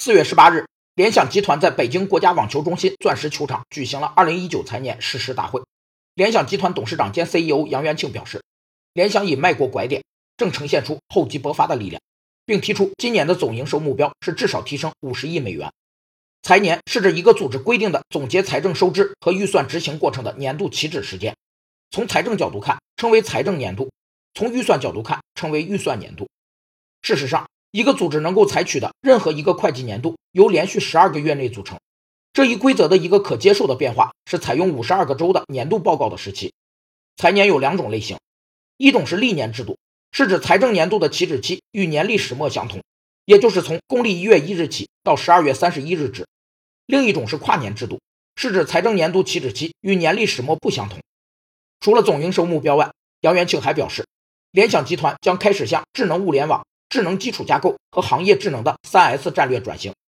4月18日，联想集团在北京国家网球中心钻石球场举行了2019财年誓师大会。联想集团董事长兼 CEO 杨元庆表示，联想已迈过拐点，正呈现出厚积薄发的力量，并提出今年的总营收目标是至少提升50亿美元。财年是指一个组织规定的总结财政收支和预算执行过程的年度起止时间，从财政角度看称为财政年度，从预算角度看称为预算年度。事实上，一个组织能够采取的任何一个会计年度由连续12个月内组成。这一规则的一个可接受的变化是采用52个周的年度报告的时期。财年有两种类型，一种是历年制度，是指财政年度的起止期与年历始末相同，也就是从公历1月1日起到12月31日止。另一种是跨年制度，是指财政年度起止期与年历始末不相同。除了总营收目标外，杨元庆还表示，联想集团将开始向智能物联网、智能基础架构和行业智能的3S 战略转型，